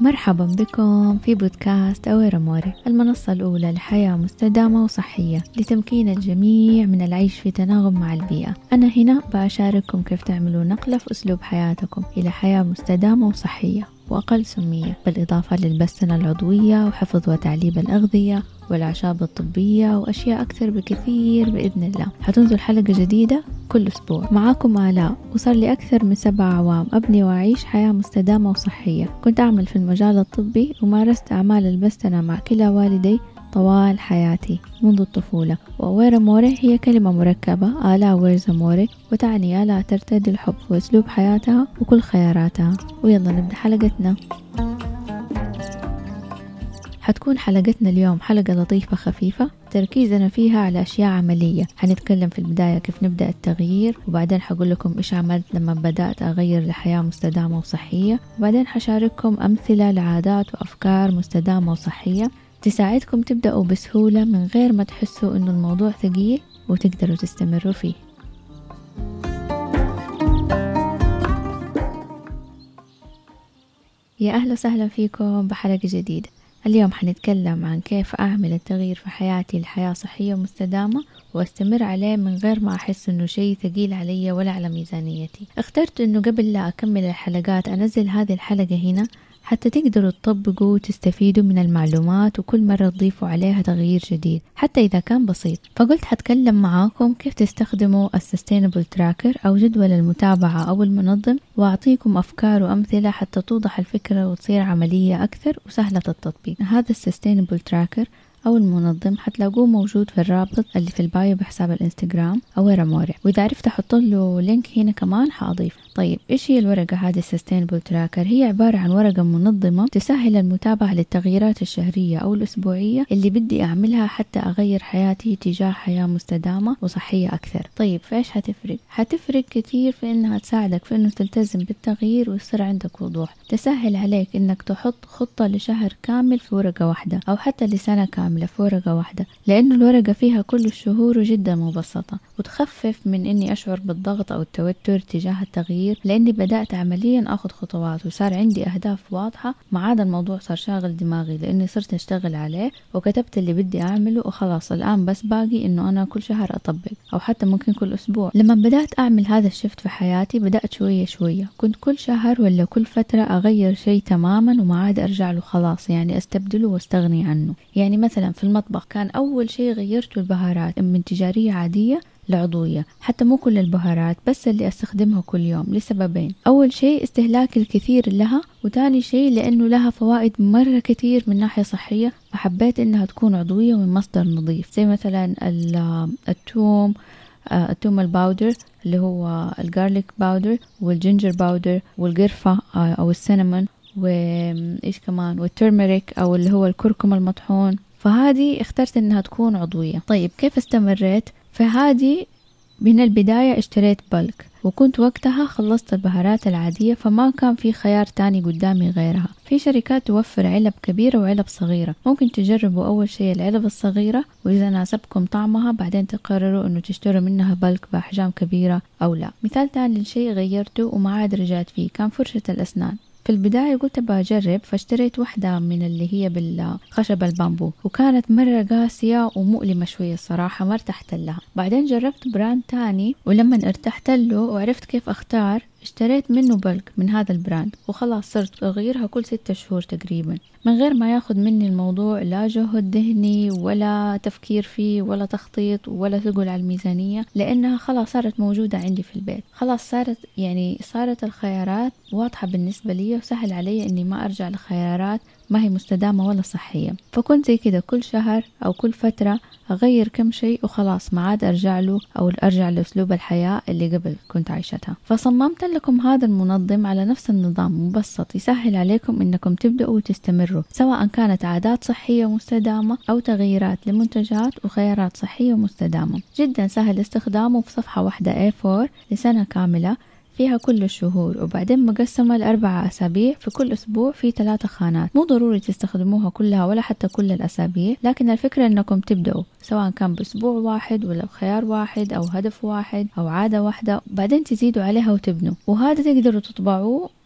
مرحبا بكم في بودكاست أويرا موري، المنصة الأولى لحياة مستدامة وصحية لتمكين الجميع من العيش في تناغم مع البيئة. أنا هنا بشارككم كيف تعملوا نقلة في أسلوب حياتكم إلى حياة مستدامة وصحية وأقل سمية، بالإضافة للبسنة العضوية وحفظ وتعليب الأغذية والأعشاب الطبية وأشياء أكثر بكثير بإذن الله. حتنزل حلقة جديدة كل أسبوع. معاكم آلاء، وصار لي أكثر من 7 أعوام أبني وأعيش حياة مستدامة وصحية. كنت أعمل في المجال الطبي ومارست أعمال البستنة مع كلا والدي طوال حياتي منذ الطفولة. وأويرا موري هي كلمة مركبة، آلاء ويرزا موري، وتعني آلاء ترتدي الحب وأسلوب حياتها وكل خياراتها. ويلا نبدأ حلقتنا. حتكون حلقتنا اليوم حلقة لطيفة خفيفة، تركيزنا فيها على أشياء عملية. حنتكلم في البداية كيف نبدأ التغيير، وبعدين حقول لكم إيش عملت لما بدأت أغير لحياة مستدامة وصحية، وبعدين حشارككم أمثلة لعادات وأفكار مستدامة وصحية تساعدكم تبدأوا بسهولة من غير ما تحسوا إنه الموضوع ثقيل، وتقدروا تستمروا فيه. يا أهلا وسهلا فيكم بحلقة جديدة. اليوم حنتكلم عن كيف أعمل التغيير في حياتي لحياة صحية ومستدامة واستمر عليه من غير ما أحس إنه شيء ثقيل علي ولا على ميزانيتي. اخترت إنه قبل لا أكمل الحلقات أنزل هذه الحلقة هنا حتى تقدروا تطبقوا وتستفيدوا من المعلومات، وكل مرة تضيفوا عليها تغيير جديد حتى إذا كان بسيط. فقلت حتكلم معاكم كيف تستخدموا السستينبل تراكر أو جدول المتابعة أو المنظم، وأعطيكم أفكار وأمثلة حتى توضح الفكرة وتصير عملية أكثر وسهلة التطبيق. هذا السستينبل تراكر أو المنظم حتلاقوه موجود في الرابط اللي في البايو بحساب الانستغرام أويرا موري، وإذا عرفت أحط له لينك هنا كمان حأضيف. طيب إيش هي الورقة هذه السستينبل تراكر؟ هي عبارة عن ورقة منظمة تسهل المتابعة للتغييرات الشهرية أو الأسبوعية اللي بدي أعملها حتى أغير حياتي تجاه حياة مستدامة وصحية أكثر. طيب فإيش حتفرق؟ حتفرق كثير في إنها تساعدك في إنه تلتزم بالتغيير ويصير عندك وضوح، تسهل عليك إنك تحط خطة لشهر كامل في ورقة واحدة أو حتى لسنة كاملة في ورقة واحدة، لأنه الورقة فيها كل الشهور وجدا مبسطة، وتخفف من إني أشعر بالضغط أو التوتر تجاه التغيير، لأني بدأت عمليا أخذ خطوات وصار عندي أهداف واضحة. ما عاد الموضوع صار شاغل دماغي لأني صرت أشتغل عليه وكتبت اللي بدي أعمله وخلاص. الآن بس باقي إنه أنا كل شهر أطبق أو حتى ممكن كل أسبوع. لما بدأت أعمل هذا الشفت في حياتي بدأت شوية شوية، كنت كل شهر ولا كل فترة أغير شيء تماما وما عاد أرجع له خلاص، يعني أستبدله واستغني عنه. يعني مثلا في المطبخ كان أول شيء غيرته البهارات من تجارية عادية لعضوية، حتى مو كل البهارات بس اللي أستخدمها كل يوم، لسببين: أول شيء استهلاك الكثير لها، وتاني شيء لأنه لها فوائد مرة كثير من ناحية صحية، فحبيت إنها تكون عضوية ومن مصدر نظيف، زي مثلا الثوم، الثوم الباودر اللي هو الجارليك باودر، والجينجر باودر، والقرفة أو السينامون، وإيش كمان، والترميريك أو اللي هو الكركم المطحون. فهذه اخترت إنها تكون عضوية. طيب كيف استمريت؟ فهذه من البداية اشتريت بلك، وكنت وقتها خلصت البهارات العادية فما كان في خيار تاني قدامي غيرها. في شركات توفر علب كبيرة وعلب صغيرة، ممكن تجربوا أول شيء العلب الصغيرة، وإذا ناسبكم طعمها بعدين تقرروا أنه تشتروا منها بلك بأحجام كبيرة أو لا. مثال تاني للشيء غيرته وما عاد رجعت فيه كان فرشة الأسنان. في البداية قلت بجرب، فاشتريت واحدة من اللي هي بالخشب البامبو، وكانت مرة قاسية ومؤلمة شوية الصراحة، ما ارتحت لها. بعدين جربت براند تاني، ولما ارتحت له وعرفت كيف اختار اشتريت منه بلك من هذا البراند، وخلاص صرت أغيرها كل 6 شهور تقريبا، من غير ما ياخد مني الموضوع لا جهد ذهني ولا تفكير فيه ولا تخطيط ولا ثقل على الميزانية، لأنها خلاص صارت موجودة عندي في البيت. خلاص صارت الخيارات واضحة بالنسبة لي، وسهل علي أني ما أرجع لخيارات ما هي مستدامة ولا صحية. فكنت زي كده كل شهر أو كل فترة أغير كم شيء وخلاص، ما عاد أرجع له أو أرجع لأسلوب الحياة اللي قبل كنت عايشتها. فصممت لكم هذا المنظم على نفس النظام، مبسط يسهل عليكم إنكم تبدأوا وتستمروا، سواء كانت عادات صحية مستدامة أو تغييرات لمنتجات وخيارات صحية مستدامة. جدا سهل استخدامه، في صفحة واحدة A4 لسنة كاملة فيها كل الشهور، وبعدين مقسمة ل4 أسابيع، في كل أسبوع في 3 خانات. مو ضروري تستخدموها كلها ولا حتى كل الأسابيع، لكن الفكرة أنكم تبدأوا سواء كان بأسبوع واحد ولا بخيار واحد أو هدف واحد أو عادة واحدة، بعدين تزيدوا عليها وتبنوا. وهذا تقدروا تطبعوه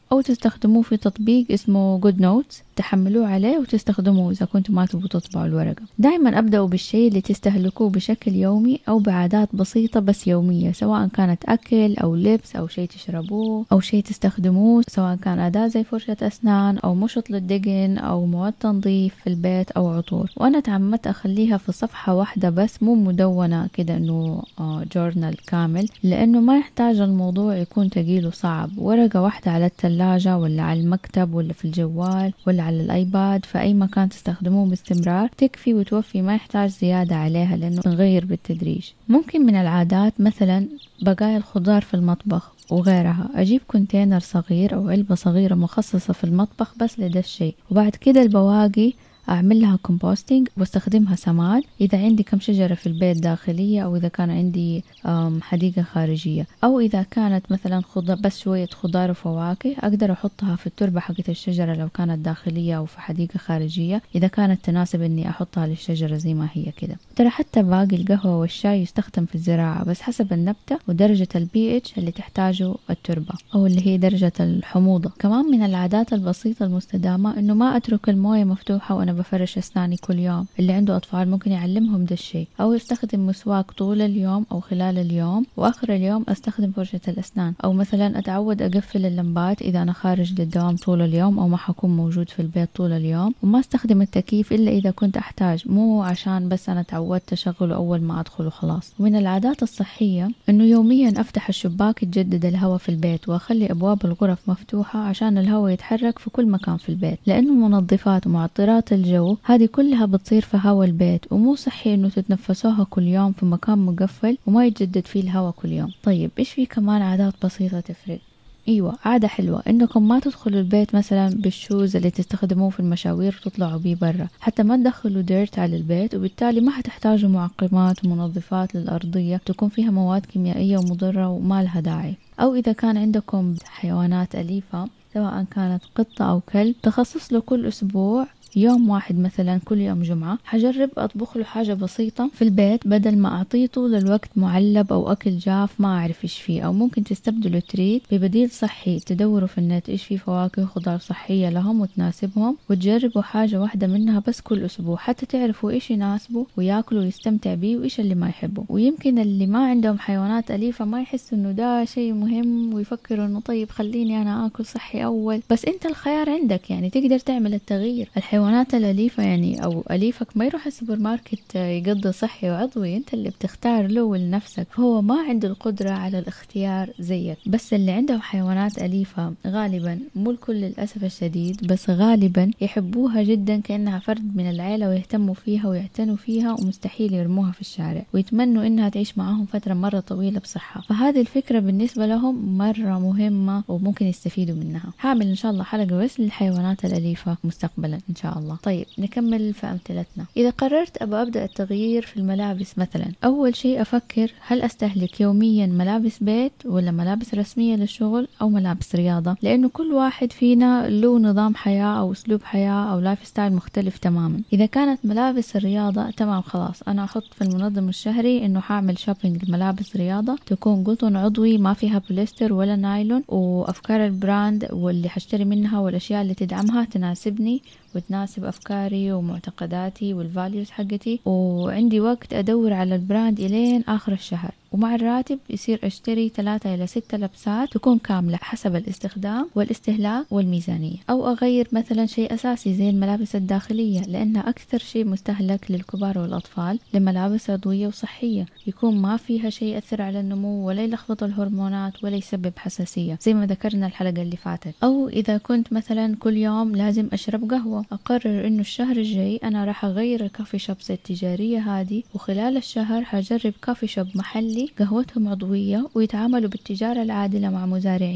أو تستخدموه في تطبيق اسمه جود نوتس، تحملوه عليه وتستخدموه إذا كنتم ما تبغوا تطبعوا الورقة. دائما أبدأوا بالشيء اللي تستهلكوه بشكل يومي أو بعادات بسيطة بس يومية، سواء كانت أكل أو لبس أو شيء تشربوه أو شيء تستخدموه، سواء كان أداة زي فرشة أسنان أو مشط للدقن أو مواد تنظيف في البيت أو عطور. وأنا تعمدت أخليها في صفحة واحدة بس، مو مدونة كده إنه جورنال كامل، لأنه ما يحتاج الموضوع يكون تقيل وصعب. ورقة واحدة على الثلاجة ولا على المكتب ولا في الجوال ولا على الآيباد، في أي مكان تستخدموه باستمرار تكفي وتوفي، ما يحتاج زيادة عليها لأنه نغير بالتدريج. ممكن من العادات مثلا بقايا الخضار في المطبخ وغيرها، أجيب كونتينر صغير أو علبة صغيرة مخصصة في المطبخ بس لده الشيء، وبعد كده البواقي أعمل لها كومبوستينج واستخدمها سماد إذا عندي كم شجرة في البيت داخلية، أو إذا كان عندي حديقة خارجية، أو إذا كانت مثلا خضار بس شوية خضار وفواكه أقدر أحطها في التربة حقت الشجرة لو كانت داخلية أو في حديقة خارجية، إذا كانت تناسب إني أحطها للشجرة زي ما هي كده. ترى حتى باقي القهوة والشاي يستخدم في الزراعة بس حسب النبتة ودرجة الPH اللي تحتاجه التربة أو اللي هي درجة الحموضة. كمان من العادات البسيطة المستدامة إنه ما أترك الموية مفتوحة وأنا بفرش أسناني كل يوم. اللي عنده أطفال ممكن يعلمهم ده الشيء، أو يستخدم مسواك طول اليوم أو خلال اليوم، وآخر اليوم أستخدم فرشة الأسنان. أو مثلا أتعود أقفل اللمبات إذا أنا خارج للدوام طول اليوم أو ما حكون موجود في البيت طول اليوم، وما أستخدم التكييف إلا إذا كنت أحتاج، مو عشان بس أنا تعودت أشغله أول ما أدخل وخلاص. ومن العادات الصحية إنه يوميا أفتح الشباك يتجدد الهواء في البيت، وأخلي أبواب الغرف مفتوحة عشان الهواء يتحرك في كل مكان في البيت، لأنه المنظفات ومعطرات الجو هذه كلها بتصير في هواء البيت، ومو صحي إنه تتنفسوها كل يوم في مكان مقفل وما يتجدد فيه الهواء كل يوم. طيب إيش في كمان عادات بسيطة تفرق؟ ايوه، عادة حلوة انكم ما تدخلوا البيت مثلا بالشوز اللي تستخدموه في المشاوير وتطلعوا بيه برا، حتى ما تدخلوا ديرت على البيت، وبالتالي ما هتحتاجوا معقمات ومنظفات للأرضية تكون فيها مواد كيميائية ومضرة وما لها داعي. او اذا كان عندكم حيوانات أليفة سواء كانت قطة او كلب، تخصص له كل اسبوع يوم واحد، مثلا كل يوم جمعة حجرب أطبخ له حاجة بسيطة في البيت بدل ما أعطيه طول الوقت معلب أو أكل جاف ما أعرف إيش فيه. أو ممكن تستبدلوا تريت ببديل صحي، تدوروا في النت إيش فيه فواكه وخضار صحية لهم وتناسبهم، وتجربوا حاجة واحدة منها بس كل أسبوع حتى تعرفوا إيش يناسبه وياكلوا ويستمتع بيه وإيش اللي ما يحبه. ويمكن اللي ما عندهم حيوانات أليفة ما يحسوا إنه ده شيء مهم ويفكروا إنه طيب خليني أنا آكل صحي أول، بس أنت الخيار عندك، يعني تقدر تعمل التغيير. الحيوانات الأليفة يعني أو أليفك ما يروح السوبر ماركت يقضي صحي وعضوي، أنت اللي بتختار له ولنفسك، فهو ما عنده القدرة على الاختيار زيك. بس اللي عندهم حيوانات أليفة غالبا، مو الكل للأسف الشديد، بس غالبا يحبوها جدا كأنها فرد من العيلة ويهتموا فيها ويعتنوا فيها، ومستحيل يرموها في الشارع، ويتمنوا إنها تعيش معاهم فترة مرة طويلة بصحة. فهذه الفكرة بالنسبة لهم مرة مهمة وممكن يستفيدوا منها. هعمل إن شاء الله حلقة بس للحيوانات الأليفة مستقبلا إن شاء الله. طيب نكمل في أمثلتنا. إذا قررت أبدأ التغيير في الملابس مثلا، أول شيء أفكر هل أستهلك يوميا ملابس بيت ولا ملابس رسمية للشغل أو ملابس رياضة، لأنه كل واحد فينا له نظام حياة أو أسلوب حياة أو لايف ستايل مختلف تماما. إذا كانت ملابس الرياضة تمام، خلاص أنا أحط في المنظم الشهري إنه حاعمل شوبينج لملابس رياضة تكون قطن عضوي ما فيها بوليستر ولا نايلون، وأفكار البراند واللي حشتري منها والأشياء اللي تدعمها تناسبني وتناسب أفكاري ومعتقداتي والفاليوز حقتي، وعندي وقت أدور على البراند إلين آخر الشهر. ومع الراتب يصير أشتري 3 إلى 6 لبسات تكون كاملة حسب الاستخدام والاستهلاك والميزانية. أو أغير مثلا شيء أساسي زي الملابس الداخلية، لأنها أكثر شيء مستهلك للكبار والأطفال، لملابس عضوية وصحية يكون ما فيها شيء يأثر على النمو ولا يلخبط الهرمونات ولا يسبب حساسية زي ما ذكرنا الحلقة اللي فاتت. أو إذا كنت مثلا كل يوم لازم أشرب قهوة، أقرر إنه الشهر الجاي أنا راح أغير الكافي شوبس التجارية هذه، وخلال الشهر هجرب كافي شوب محلي قهوتهم عضوية ويتعاملوا بالتجارة العادلة مع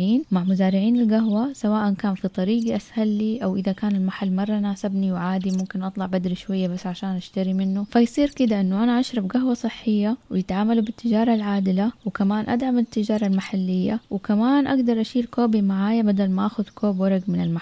مزارعين القهوة، سواء كان في طريقي أسهل لي أو إذا كان المحل مرة ناسبني وعادي ممكن أطلع بدري شوية بس عشان أشتري منه. فيصير كده إنه أنا أشرب قهوة صحية ويتعاملوا بالتجارة العادلة، وكمان أدعم التجارة المحلية، وكمان أقدر أشيل كوبي معايا بدل ما أخذ كوب ورق من المحل.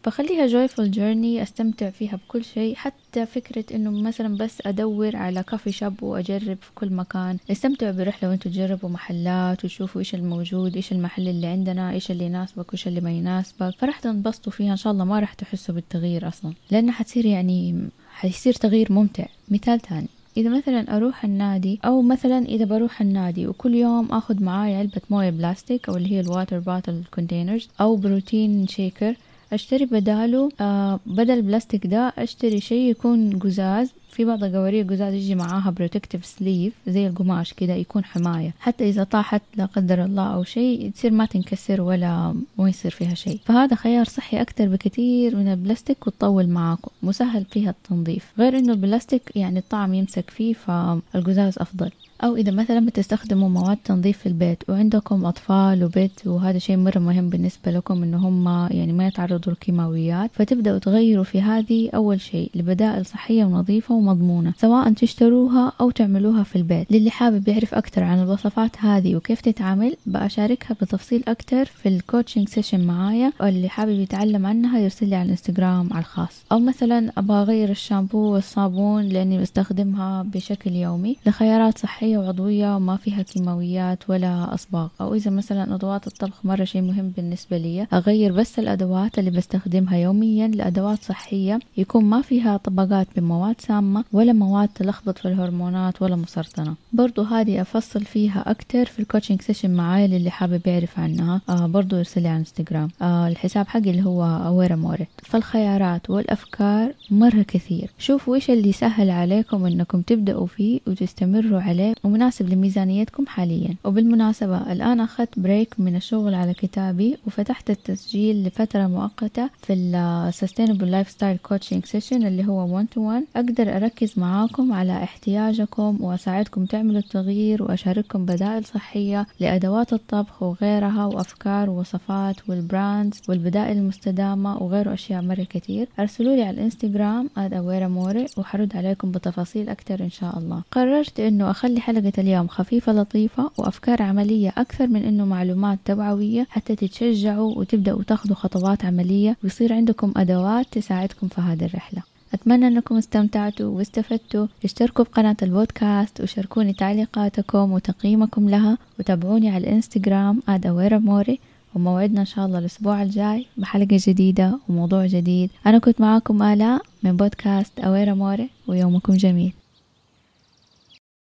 فخليها joyful journey استمتع فيها بكل شيء، حتى فكرة انه مثلا بس ادور على كافي شوب واجرب في كل مكان. استمتعوا بالرحلة وانتوا تجربوا محلات وتشوفوا ايش الموجود، ايش المحل اللي عندنا، ايش اللي يناسبك وايش اللي ما يناسبك، فرح تنبسطوا فيها ان شاء الله، ما رح تحسوا بالتغيير اصلا، لانه حتصير يعني حيصير تغيير ممتع. مثال تاني، إذا مثلا أروح النادي، أو مثلا إذا بروح النادي وكل يوم أخذ معاي علبة موية بلاستيك أو اللي هي الواتر باتل كونتينرز، أو بروتين شيكر، أشتري بداله بدل البلاستيك ده أشتري شيء يكون قزاز. في بعض القوارير قزاز يجي معاها بروتكتيف سليف زي القماش كده، يكون حماية حتى إذا طاحت لا قدر الله أو شيء تصير ما تنكسر ولا ما يصير فيها شيء. فهذا خيار صحي أكتر بكثير من البلاستيك وتطول معاكم، مسهل فيها التنظيف، غير إنه البلاستيك يعني الطعم يمسك فيه، فالقزاز أفضل. أو إذا مثلا بتستخدموا مواد تنظيف في البيت وعندكم أطفال وبيت، وهذا شيء مرة مهم بالنسبة لكم إنه هم يعني ما يتعرضوا للكيماويات، فتبدأوا تغيروا في هذه أول شيء لبدائل صحية ونظيفة ومضمونة، سواء تشتروها أو تعملوها في البيت. للي حابب يعرف أكتر عن الوصفات هذه وكيف تتعامل بأشاركها بتفصيل أكتر في الكوتشنج سيشن معايا، واللي حابب يتعلم عنها يرسل لي على الانستغرام على الخاص. أو مثلا أبغى أغير الشامبو والصابون لأني بستخدمها بشكل يومي لخيارات صحية وعضوية وما فيها كيماويات ولا أصباغ. أو إذا مثلا أدوات الطبخ مرة شيء مهم بالنسبة لي، أغير بس الأدوات اللي بستخدمها يوميا لأدوات صحية يكون ما فيها طبقات بمواد سامة ولا مواد تلخبط في الهرمونات ولا مسرطنة. برضو هذه أفصل فيها أكتر في الكوتشنج سيشن معايا للي حابب يعرف عنها. برضو يرسلي على انستغرام. الحساب حقي اللي هو أويرا موري. فالخيارات والأفكار مرة كثير، شوفوا إيش اللي يسهل عليكم إنكم تبدأوا فيه وتستمروا عليه ومناسب لميزانيتكم حاليا. وبالمناسبة الآن أخذت بريك من الشغل على كتابي وفتحت التسجيل لفترة مؤقتة في ال Sustainable Lifestyle Coaching Session اللي هو 1 to 1، أقدر أركز معاكم على احتياجكم وأساعدكم تعملوا التغيير وأشارككم بدائل صحية لأدوات الطبخ وغيرها، وأفكار ووصفات والبراندز والبدائل المستدامة وغيره أشياء مرة كتير. أرسلوا لي على الانستغرام @awera_more وحرد عليكم بتفاصيل أكتر إن شاء الله. قررت إنه أخلي حلقة اليوم خفيفة لطيفة وأفكار عملية أكثر من إنه معلومات توعوية، حتى تتشجعوا وتبدأوا تاخذوا خطوات عملية ويصير عندكم أدوات تساعدكم في هذه الرحلة. أتمنى أنكم استمتعتوا واستفدتوا. اشتركوا بقناة البودكاست وشاركوني تعليقاتكم وتقييمكم لها، وتابعوني على الانستغرام @awera_more. وموعدنا إن شاء الله الأسبوع الجاي بحلقة جديدة وموضوع جديد. أنا كنت معاكم آلاء من بودكاست أويرا موري، ويومكم جميل.